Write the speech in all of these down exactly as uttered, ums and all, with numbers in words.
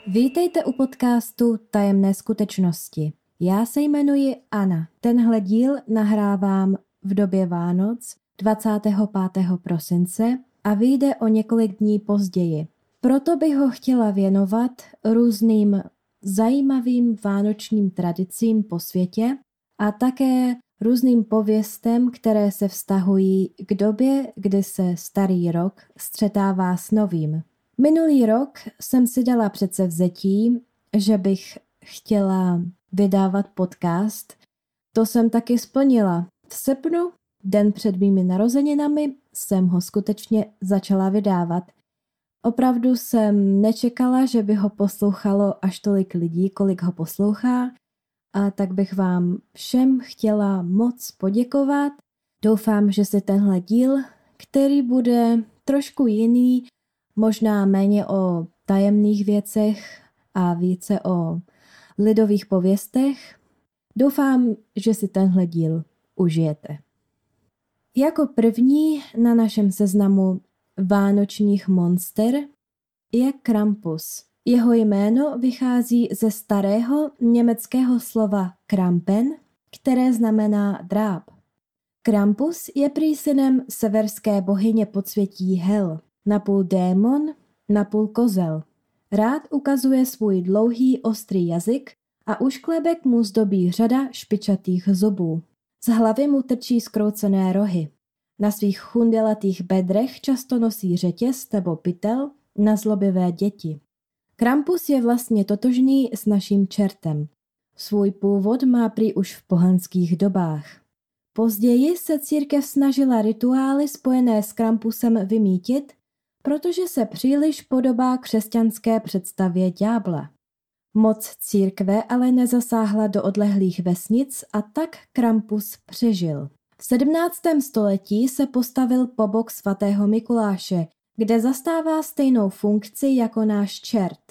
Vítejte u podcastu Tajemné skutečnosti. Já se jmenuji Anna. Tenhle díl nahrávám v době Vánoc dvacátého pátého prosince a vyjde o několik dní později. Proto bych ho chtěla věnovat různým zajímavým vánočním tradicím po světě a také různým pověstem, které se vztahují k době, kdy se starý rok střetává s novým. Minulý rok jsem si dala předsevzetí, že bych chtěla vydávat podcast. To jsem taky splnila. V srpnu, den před mými narozeninami, jsem ho skutečně začala vydávat. Opravdu jsem nečekala, že by ho poslouchalo až tolik lidí, kolik ho poslouchá, a tak bych vám všem chtěla moc poděkovat. Doufám, že si tenhle díl, který bude trošku jiný, možná méně o tajemných věcech a více o lidových pověstech, doufám, že si tenhle díl užijete. Jako první na našem seznamu vánočních monster je Krampus. Jeho jméno vychází ze starého německého slova Krampen, které znamená dráb. Krampus je prý synem severské bohyně podsvětí Hel, napůl démon, napůl kozel. Rád ukazuje svůj dlouhý ostrý jazyk a u šklebek mu zdobí řada špičatých zubů. Z hlavy mu trčí zkroucené rohy. Na svých chundelatých bedrech často nosí řetěz nebo pytel na zlobivé děti. Krampus je vlastně totožný s naším čertem. Svůj původ má prý už v pohanských dobách. Později se církev snažila rituály spojené s Krampusem vymýtit, protože se příliš podobá křesťanské představě ďábla. Moc církve ale nezasáhla do odlehlých vesnic a tak Krampus přežil. V sedmnáctém století se postavil po bok svatého Mikuláše, kde zastává stejnou funkci jako náš čert.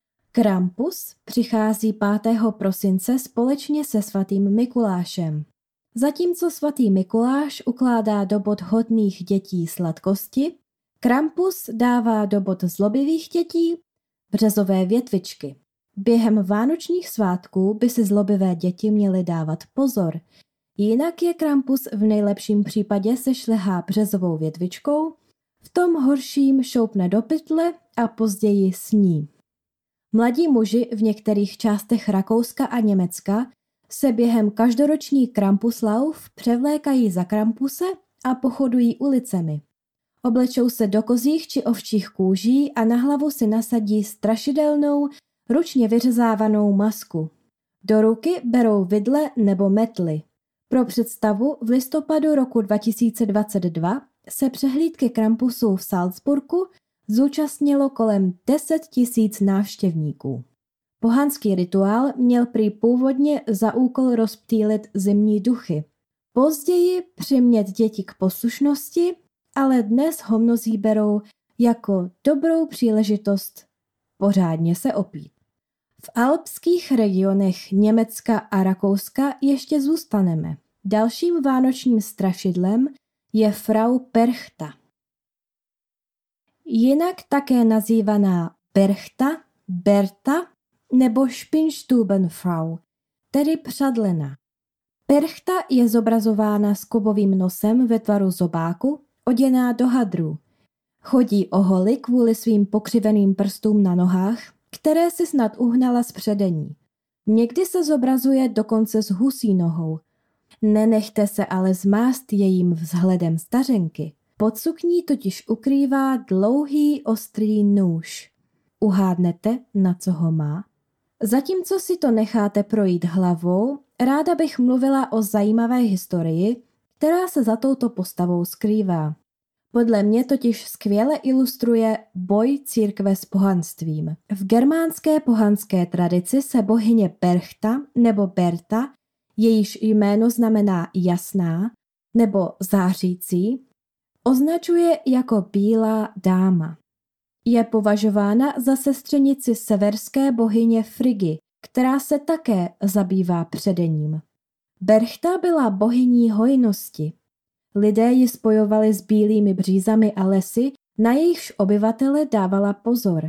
Krampus přichází pátého prosince společně se svatým Mikulášem. Zatímco svatý Mikuláš ukládá do bod hodných dětí sladkosti, Krampus dává do bod zlobivých dětí březové větvičky. Během vánočních svátků by si zlobivé děti měly dávat pozor, jinak je Krampus v nejlepším případě sešlehá březovou větvičkou, v tom horším šoupne do pytle a později sní. Mladí muži v některých částech Rakouska a Německa se během každoroční Krampuslauf převlékají za Krampuse a pochodují ulicemi. Oblečou se do kozích či ovčích kůží a na hlavu si nasadí strašidelnou, ručně vyřezávanou masku. Do ruky berou vidle nebo metly. Pro představu, v listopadu roku dva tisíce dvacet dva se přehlídky Krampusů v Salzburgu zúčastnilo kolem deset tisíc návštěvníků. Pohanský rituál měl prý původně za úkol rozptýlit zimní duchy. Později přimět děti k poslušnosti, ale dnes ho mnozí berou jako dobrou příležitost pořádně se opít. V alpských regionech Německa a Rakouska ještě zůstaneme. Dalším vánočním strašidlem je Frau Perchta. Jinak také nazývaná Berchta, Berta nebo Spinnstubenfrau, tedy přadlena. Perchta je zobrazována s kovovým nosem ve tvaru zobáku, oděná do hadrů. Chodí oholy kvůli svým pokřiveným prstům na nohách, které si snad uhnala z předení. Někdy se zobrazuje dokonce s husí nohou. Nenechte se ale zmást jejím vzhledem stařenky. Pod sukní totiž ukrývá dlouhý ostrý nůž. Uhádnete, na co ho má? Zatímco si to necháte projít hlavou, ráda bych mluvila o zajímavé historii, která se za touto postavou skrývá. Podle mě totiž skvěle ilustruje boj církve s pohanstvím. V germánské pohanské tradici se bohyně Berchta nebo Berta, jejíž jméno znamená jasná nebo zářící, označuje jako bílá dáma. Je považována za sestřenici severské bohyně Frigy, která se také zabývá předením. Berchta byla bohyní hojnosti. Lidé ji spojovali s bílými břízami a lesy, na jejichž obyvatele dávala pozor.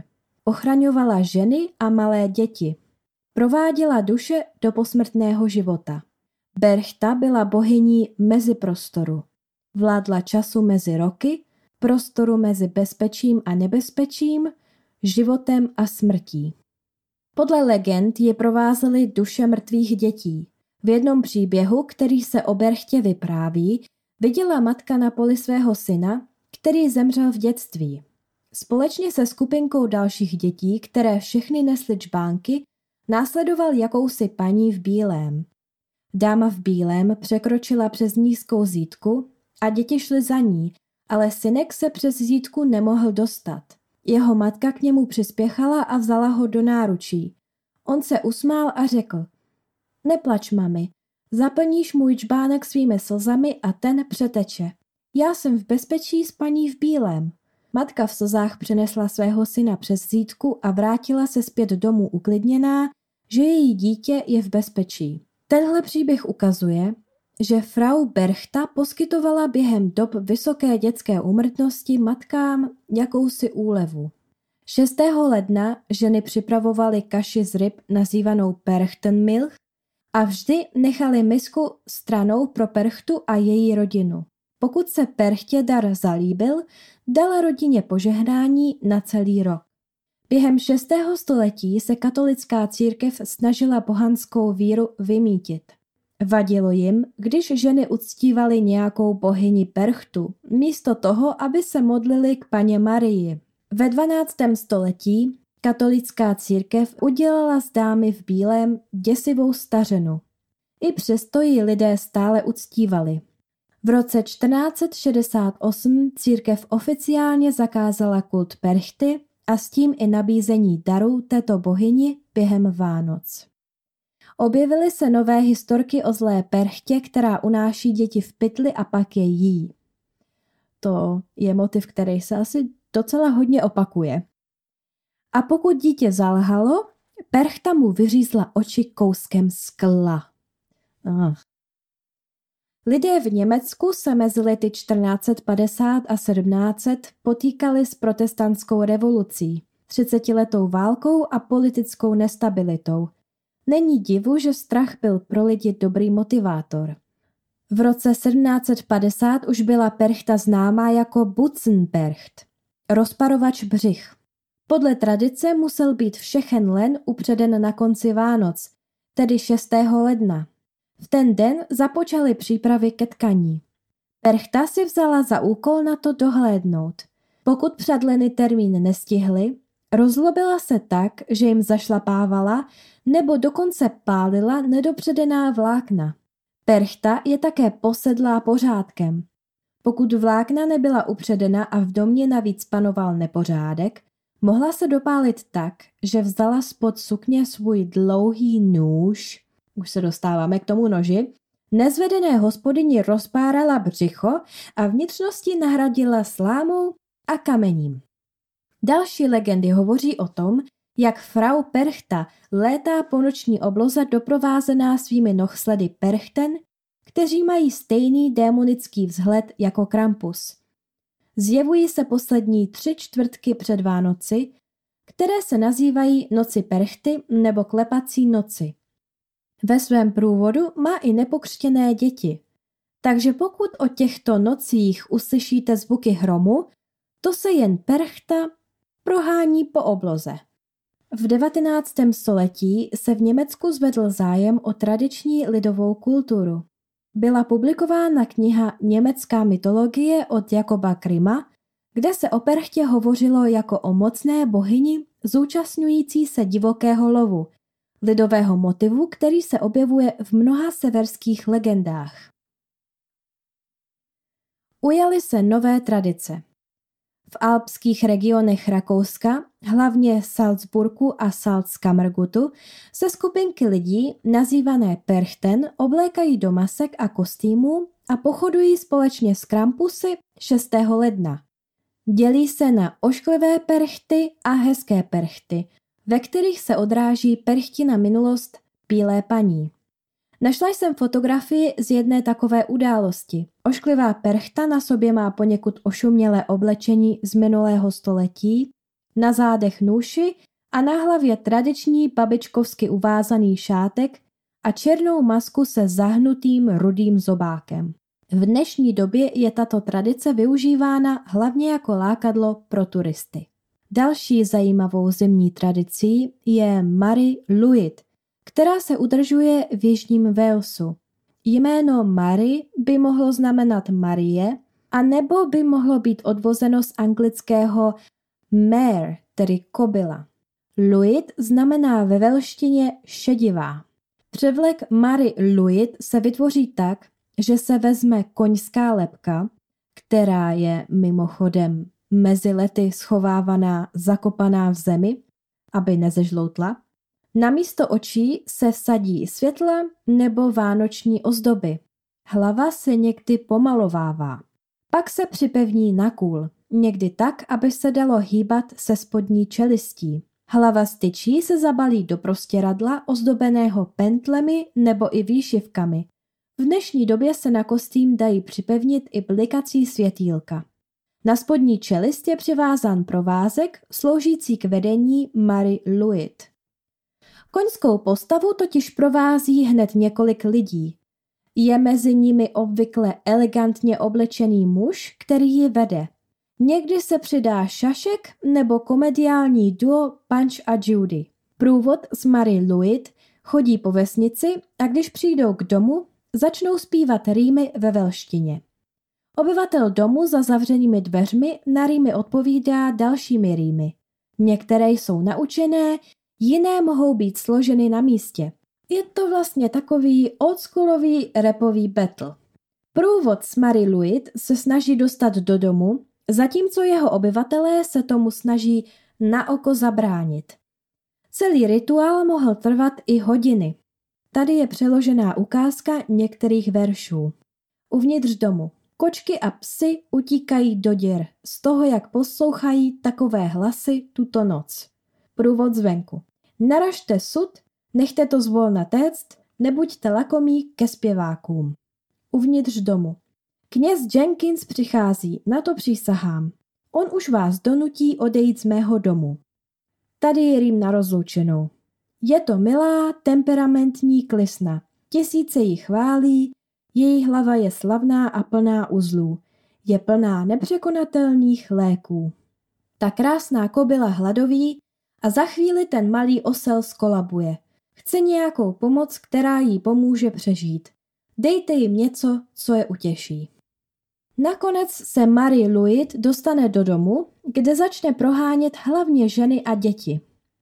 ochraňovala ženy a malé děti. Prováděla duše do posmrtného života. Berchta byla bohyní meziprostoru. Vládla času mezi roky, prostoru mezi bezpečím a nebezpečím, životem a smrtí. Podle legend je provázely duše mrtvých dětí. V jednom příběhu, který se o Berchtě vypráví, viděla matka na poli svého syna, který zemřel v dětství. Společně se skupinkou dalších dětí, které všechny nesly čbánky, následoval jakousi paní v bílém. Dáma v bílém překročila přes nízkou zítku a děti šly za ní, ale synek se přes zítku nemohl dostat. Jeho matka k němu přispěchala a vzala ho do náručí. On se usmál a řekl: Neplač, mami, zaplníš můj čbánek svými slzami a ten přeteče. Já jsem v bezpečí s paní v bílém. Matka v slzách přenesla svého syna přes zítku a vrátila se zpět domů uklidněná, že její dítě je v bezpečí. Tenhle příběh ukazuje, že frau Berchta poskytovala během dob vysoké dětské úmrtnosti matkám jakousi úlevu. šestého ledna ženy připravovaly kaši z ryb nazývanou Perchtenmilch a vždy nechali misku stranou pro Perchtu a její rodinu. Pokud se Perchtě dar zalíbil, dala rodině požehnání na celý rok. Během šestého století se katolická církev snažila pohanskou víru vymítit. Vadilo jim, když ženy uctívaly nějakou bohyni Perchtu, místo toho, aby se modlili k Panně Marii. Ve dvanáctém století katolická církev udělala z dámy v bílém děsivou stařenu. I přesto ji lidé stále uctívali. V roce čtrnáct set šedesát osm církev oficiálně zakázala kult Perchty a s tím i nabízení darů této bohyni během Vánoc. Objevily se nové historky o zlé Perchtě, která unáší děti v pytli a pak je jí. To je motiv, který se asi docela hodně opakuje. A pokud dítě zalhalo, Perchta mu vyřízla oči kouskem skla. Ah. Lidé v Německu se mezi lety čtrnáct set padesát a sedmnáct set potýkali s protestantskou revolucí, třicetiletou válkou a politickou nestabilitou. Není divu, že strach byl pro lidi dobrý motivátor. V roce sedmnáct set padesát už byla Perchta známá jako Butzenpercht, rozparovač břich. Podle tradice musel být všechen len upředen na konci Vánoc, tedy šestého ledna. V ten den započaly přípravy ke tkaní. Perchta si vzala za úkol na to dohlédnout. Pokud předleny termín nestihly, rozlobila se tak, že jim zašlapávala nebo dokonce pálila nedopředená vlákna. Perchta je také posedlá pořádkem. Pokud vlákna nebyla upředena a v domě navíc panoval nepořádek, mohla se dopálit tak, že vzala spod sukně svůj dlouhý nůž, už se dostáváme k tomu noži, nezvedené hospodyni rozpárala břicho a vnitřnosti nahradila slámou a kamením. Další legendy hovoří o tom, jak frau Perchta létá po noční obloze doprovázená svými nohsledy Perchten, kteří mají stejný démonický vzhled jako Krampus. Zjevují se poslední tři čtvrtky před Vánoci, které se nazývají noci Perchty nebo klepací noci. Ve svém průvodu má i nepokřtěné děti, takže pokud o těchto nocích uslyšíte zvuky hromu, to se jen Perchta prohání po obloze. V devatenáctém století se v Německu zvedl zájem o tradiční lidovou kulturu. Byla publikována kniha Německá mytologie od Jakoba Krima, kde se o Perchtě hovořilo jako o mocné bohyni zúčastňující se divokého lovu, lidového motivu, který se objevuje v mnoha severských legendách. Ujaly se nové tradice. V alpských regionech Rakouska, hlavně Salzburgu a Salzkammergutu, se skupinky lidí, nazývané Perchten, oblékají do masek a kostýmů a pochodují společně s Krampusy šestého ledna. Dělí se na ošklivé Perchty a hezké Perchty, ve kterých se odráží Perchtina minulost bílé paní. Našla jsem fotografii z jedné takové události. Ošklivá Perchta na sobě má poněkud ošumělé oblečení z minulého století na zádech nůši a na hlavě tradiční babičkovsky uvázaný šátek a černou masku se zahnutým rudým zobákem. V dnešní době je tato tradice využívána hlavně jako lákadlo pro turisty. Další zajímavou zimní tradicí je Mari Lwyd, která se udržuje v jižním Walesu. Jméno Mari by mohlo znamenat Marie, a nebo by mohlo být odvozeno z anglického mare, tedy kobyla. Lwyd znamená ve velštině šedivá. Převlek Mari Lwyd se vytvoří tak, že se vezme koňská lebka, která je mimochodem mezi lety schovávaná, zakopaná v zemi, aby nezežloutla. Na místo očí se vsadí světla nebo vánoční ozdoby. Hlava se někdy pomalovává. Pak se připevní na kůl, někdy tak, aby se dalo hýbat se spodní čelistí. Hlava styčí se zabalí do prostěradla ozdobeného pentlemi nebo i výšivkami. V dnešní době se na kostým dají připevnit i blikací světýlka. Na spodní čelist je přivázán provázek sloužící k vedení Mari Lwyd. Koňskou postavu totiž provází hned několik lidí. Je mezi nimi obvykle elegantně oblečený muž, který ji vede. Někdy se přidá šašek nebo komediální duo Punch a Judy. Průvod s Mari Lwyd chodí po vesnici a když přijdou k domu, začnou zpívat rýmy ve velštině. Obyvatel domu za zavřenými dveřmi na rýmy odpovídá dalšími rýmy. Některé jsou naučené, jiné mohou být složeny na místě. Je to vlastně takový oldschoolový rapový battle. Průvod s Mari Lwyd se snaží dostat do domu, zatímco jeho obyvatelé se tomu snaží na oko zabránit. Celý rituál mohl trvat i hodiny. Tady je přeložená ukázka některých veršů. Uvnitř domu. Kočky a psy utíkají do děr z toho, jak poslouchají takové hlasy tuto noc. Průvod zvenku. Naražte sud, nechte to zvolna téct, nebuďte lakomí ke zpěvákům. Uvnitř domu. Kněz Jenkins přichází, na to přísahám. On už vás donutí odejít z mého domu. Tady je rým na rozloučenou. Je to milá, temperamentní klisna. Tisíce jí chválí, její hlava je slavná a plná uzlů. Je plná nepřekonatelných léků. Ta krásná kobyla hladoví a za chvíli ten malý osel skolabuje. Chce nějakou pomoc, která jí pomůže přežít. Dejte jim něco, co je utěší. Nakonec se Mari Lwyd dostane do domu, kde začne prohánět hlavně ženy a děti.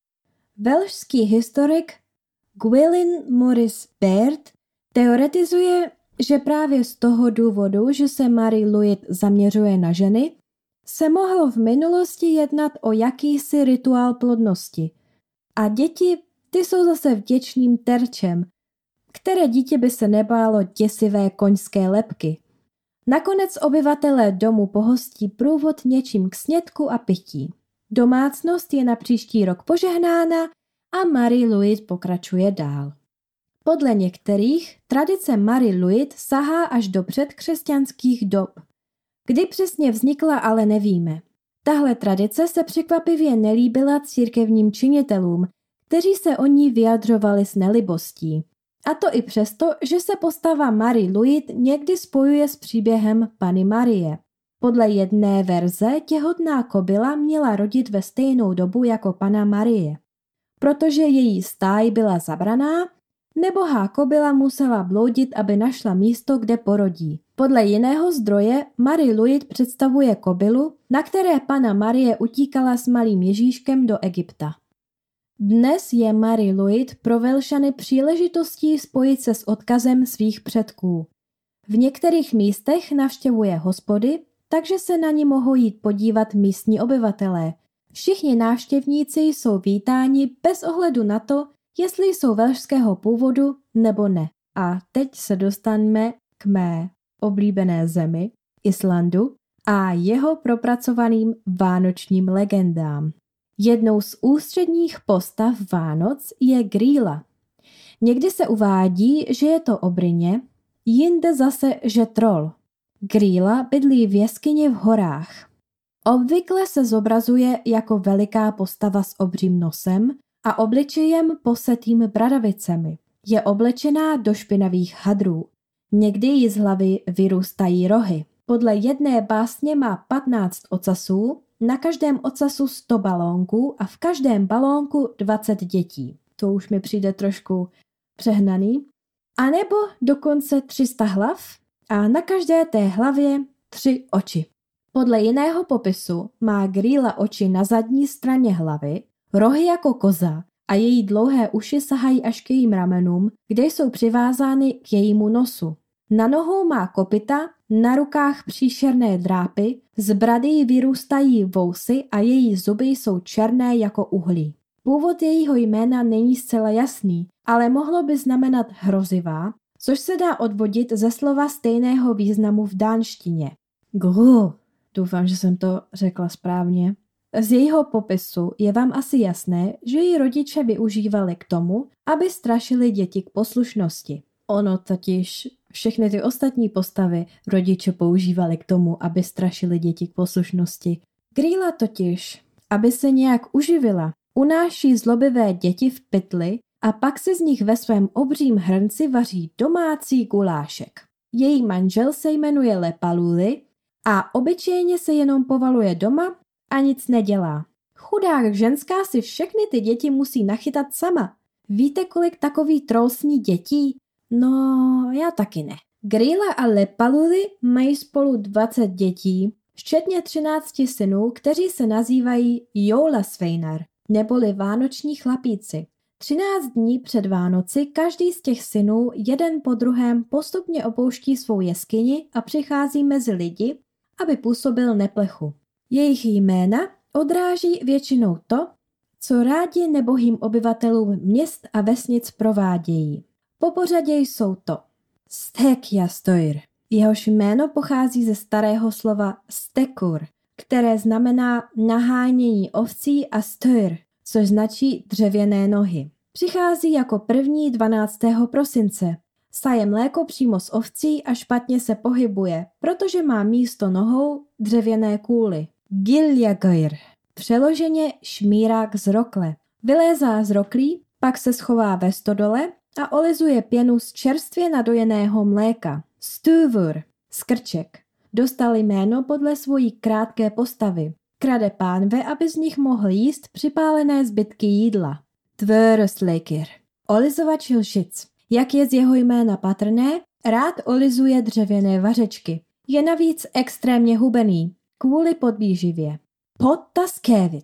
Velšský historik Gwilym Morris Baird teoretizuje, že právě z toho důvodu, že se Mari Lwyd zaměřuje na ženy, se mohlo v minulosti jednat o jakýsi rituál plodnosti. A děti, ty jsou zase vděčným terčem, které dítě by se nebálo děsivé koňské lebky. Nakonec obyvatelé domu pohostí průvod něčím k snědku a pití. Domácnost je na příští rok požehnána a Mari Lwyd pokračuje dál. Podle některých tradice Mari Lwyd sahá až do předkřesťanských dob. Kdy přesně vznikla, ale nevíme. Tahle tradice se překvapivě nelíbila církevním činitelům, kteří se o ní vyjadřovali s nelibostí. A to i přesto, že se postava Mari Lwyd někdy spojuje s příběhem Panny Marie. Podle jedné verze těhotná kobyla měla rodit ve stejnou dobu jako Panna Marie. Protože její stáj byla zabraná, nebohá kobyla musela bloudit, aby našla místo, kde porodí. Podle jiného zdroje Mari Lwyd představuje kobylu, na které Panna Marie utíkala s malým Ježíškem do Egypta. Dnes je Mari Lwyd pro Velšany příležitostí spojit se s odkazem svých předků. V některých místech navštěvuje hospody, takže se na ni mohou jít podívat místní obyvatelé. Všichni návštěvníci jsou vítáni bez ohledu na to, jestli jsou velšského původu nebo ne. A teď se dostaneme k mé oblíbené zemi, Islandu, a jeho propracovaným vánočním legendám. Jednou z ústředních postav Vánoc je Grýla. Někdy se uvádí, že je to Obryně, jinde zase, že troll. Grýla bydlí v jeskyni v horách. Obvykle se zobrazuje jako veliká postava s obřím nosem a obličejem posetým bradavicemi. Je oblečená do špinavých hadrů. Někdy jí z hlavy vyrůstají rohy. Podle jedné básně má patnáct ocasů, na každém ocasu sto balónků a v každém balónku dvacet dětí. To už mi přijde trošku přehnaný. A nebo dokonce tři sta hlav a na každé té hlavě tři oči. Podle jiného popisu má Grýla oči na zadní straně hlavy, rohy jako koza a její dlouhé uši sahají až k jejím ramenům, kde jsou přivázány k jejímu nosu. Na nohou má kopyta, na rukách příšerné drápy, z brady jí vyrůstají vousy a její zuby jsou černé jako uhlí. Původ jejího jména není zcela jasný, ale mohlo by znamenat hrozivá, což se dá odvodit ze slova stejného významu v dánštině. Gru. Doufám, že jsem to řekla správně. Z jejího popisu je vám asi jasné, že její rodiče využívali k tomu, aby strašili děti k poslušnosti. Ono totiž všechny ty ostatní postavy rodiče používali k tomu, aby strašili děti k poslušnosti. Grýla totiž, aby se nějak uživila, unáší zlobivé děti v pytli a pak si z nich ve svém obřím hrnci vaří domácí gulášek. Její manžel se jmenuje Lepaluli a obyčejně se jenom povaluje doma a nic nedělá. Chudák ženská si všechny ty děti musí nachytat sama. Víte, kolik takový troll sní dětí? No, já taky ne. Grýla a Lepaluli mají spolu dvacet dětí, včetně třinácti synů, kteří se nazývají Jólasveinar, neboli vánoční chlapíci. Třináct dní před Vánoci každý z těch synů jeden po druhém postupně opouští svou jeskyni a přichází mezi lidi, aby působil neplechu. Jejich jména odráží většinou to, co rádi nebohým obyvatelům měst a vesnic provádějí. Po pořadě jsou to Stekjastoir, jehož jméno pochází ze starého slova stekur, které znamená nahánění ovcí a stoir, což značí dřevěné nohy. Přichází jako první dvanáctého prosince. Saje mléko přímo z ovcí a špatně se pohybuje, protože má místo nohou dřevěné kůly. Giljagair, přeloženě šmírák z rokle. Vylézá z roklí, pak se schová ve stodole a olizuje pěnu z čerstvě nadojeného mléka. Stuvur, skrček, dostal jméno podle svojí krátké postavy. Krade pánve, aby z nich mohl jíst připálené zbytky jídla. Tvörösleikir, olizovač lžic. Jak je z jeho jména patrné, rád olizuje dřevěné vařečky. Je navíc extrémně hubený, kvůli podvýživě. Pottaskevit,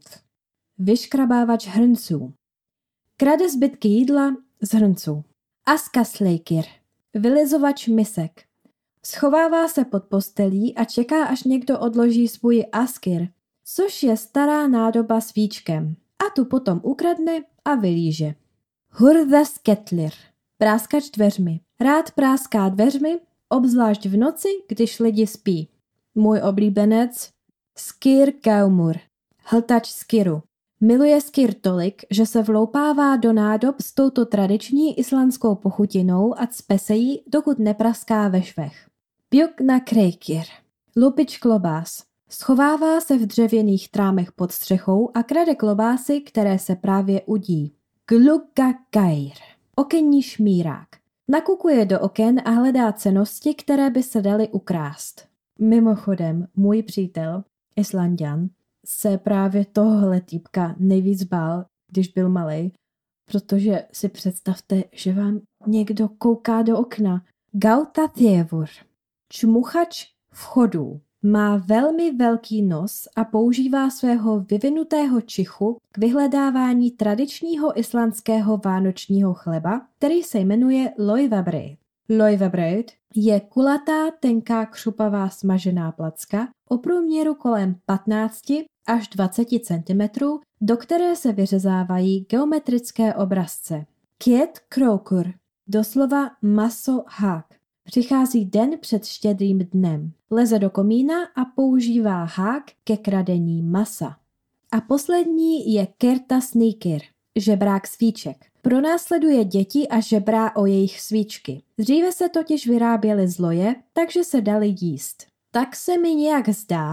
vyškrabávač hrnců. Krade zbytky jídla z hrnců. Askasleikir, vylizovač misek. Schovává se pod postelí a čeká, až někdo odloží svůj askir, což je stará nádoba s víčkem. A tu potom ukradne a vylíže. Hurðasketlir, práskač dveřmi. Rád práská dveřmi, obzvlášť v noci, když lidi spí. Můj oblíbenec Skir Gaumur, hltač skiru. Miluje skyr tolik, že se vloupává do nádob s touto tradiční islandskou pochutinou a cpe se jí, dokud nepraská ve švech. Bjugna Kreikir, lupič klobás. Schovává se v dřevěných trámech pod střechou a krade klobásy, které se právě udí. Gluggagair, okenní šmírák. Nakukuje do oken a hledá cennosti, které by se daly ukrást. Mimochodem, můj přítel, Islanďan, se právě tohohle týpka nejvíc bál, když byl malej, protože si představte, že vám někdo kouká do okna. Gautathjevur, čmuchač vchodů. Má velmi velký nos a používá svého vyvinutého čichu k vyhledávání tradičního islandského vánočního chleba, který se jmenuje Laufabrauð. Laufabrauð je kulatá, tenká, křupavá smažená placka o průměru kolem patnáct až dvacet centimetrů, do které se vyřezávají geometrické obrazce. Kiet krokur, doslova maso hák. Přichází den před štědrým dnem. Leze do komína a používá hák ke kradení masa. A poslední je kertasníkir, žebrák svíček. Pronásleduje děti a žebrá o jejich svíčky. Dříve se totiž vyráběly z loje, takže se daly jíst. Tak se mi nějak zdá,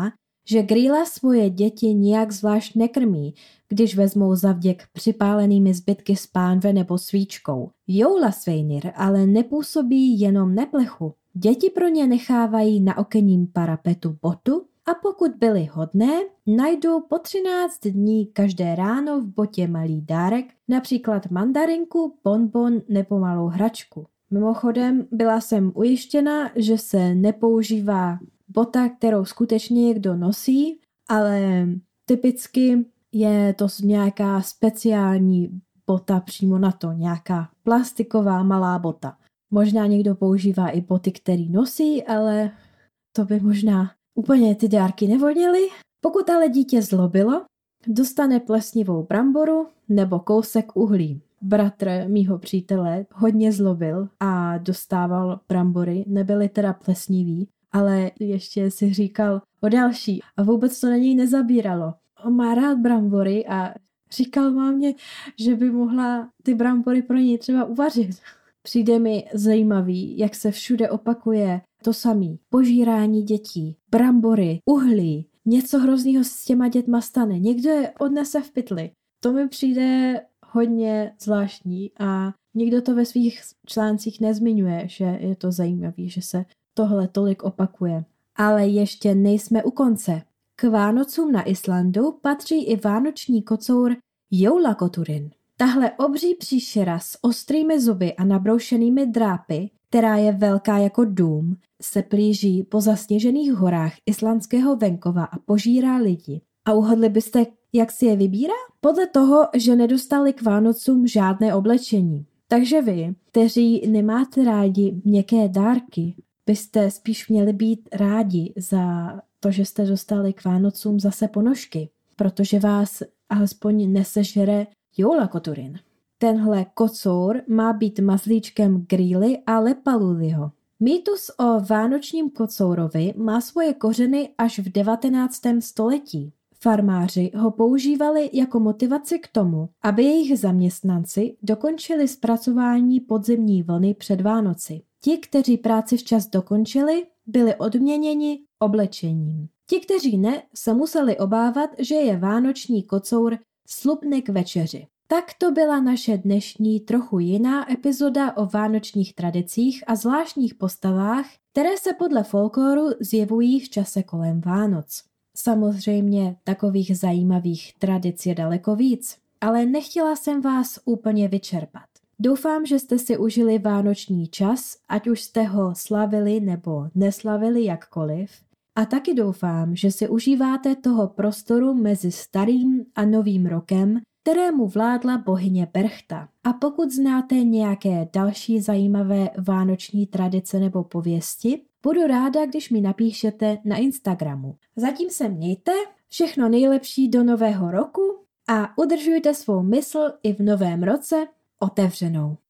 že Grýla svoje děti nijak zvlášť nekrmí, když vezmou zavděk připálenými zbytky z pánve nebo svíčkou. Jólasveinir ale nepůsobí jenom neplechu. Děti pro ně nechávají na okenním parapetu botu a pokud byly hodné, najdou po třináct dní každé ráno v botě malý dárek, například mandarinku, bonbon nebo malou hračku. Mimochodem byla jsem ujištěna, že se nepoužívá bota, kterou skutečně někdo nosí, ale typicky je to nějaká speciální bota přímo na to, nějaká plastiková malá bota. Možná někdo používá i boty, který nosí, ale to by možná úplně ty dárky nevoněly. Pokud ale dítě zlobilo, dostane plesnivou bramboru nebo kousek uhlí. Bratr mýho přítele hodně zlobil a dostával brambory, nebyly teda plesniví, ale ještě si říkal o další a vůbec to na něj nezabíralo. On má rád brambory a říkal mámě, že by mohla ty brambory pro něj třeba uvařit. Přijde mi zajímavý, jak se všude opakuje to samý. Požírání dětí, brambory, uhlí, něco hroznýho s těma dětma stane. Někdo je odnese v pytli. To mi přijde hodně zvláštní a nikdo to ve svých článcích nezmiňuje, že je to zajímavý, že se tohle tolik opakuje. Ale ještě nejsme u konce. K Vánocům na Islandu patří i vánoční kocour jólakoturinn. Tahle obří příšera s ostrými zuby a nabroušenými drápy, která je velká jako dům, se plíží po zasněžených horách islandského venkova a požírá lidi. A uhodli byste, jak si je vybírá? Podle toho, že nedostali k Vánocům žádné oblečení. Takže vy, kteří nemáte rádi měkké dárky, byste spíš měli být rádi za to, že jste dostali k Vánocům zase ponožky, protože vás alespoň nesežere jólakoturinn. Tenhle kocour má být mazlíčkem Grýly a Lepaluliho. Mýtus o vánočním kocourovi má svoje kořeny až v devatenáctém století. Farmáři ho používali jako motivaci k tomu, aby jejich zaměstnanci dokončili zpracování podzimní vlny před Vánoci. Ti, kteří práci včas dokončili, byli odměněni oblečením. Ti, kteří ne, se museli obávat, že je vánoční kocour slubny k večeři. Tak to byla naše dnešní trochu jiná epizoda o vánočních tradicích a zvláštních postavách, které se podle folkloru zjevují v čase kolem Vánoc. Samozřejmě takových zajímavých tradic je daleko víc, ale nechtěla jsem vás úplně vyčerpat. Doufám, že jste si užili vánoční čas, ať už jste ho slavili nebo neslavili jakkoliv. A taky doufám, že si užíváte toho prostoru mezi starým a novým rokem, kterému vládla bohyně Berchta. A pokud znáte nějaké další zajímavé vánoční tradice nebo pověsti, budu ráda, když mi napíšete na Instagramu. Zatím se mějte, všechno nejlepší do nového roku a udržujte svou mysl i v novém roce otevřenou.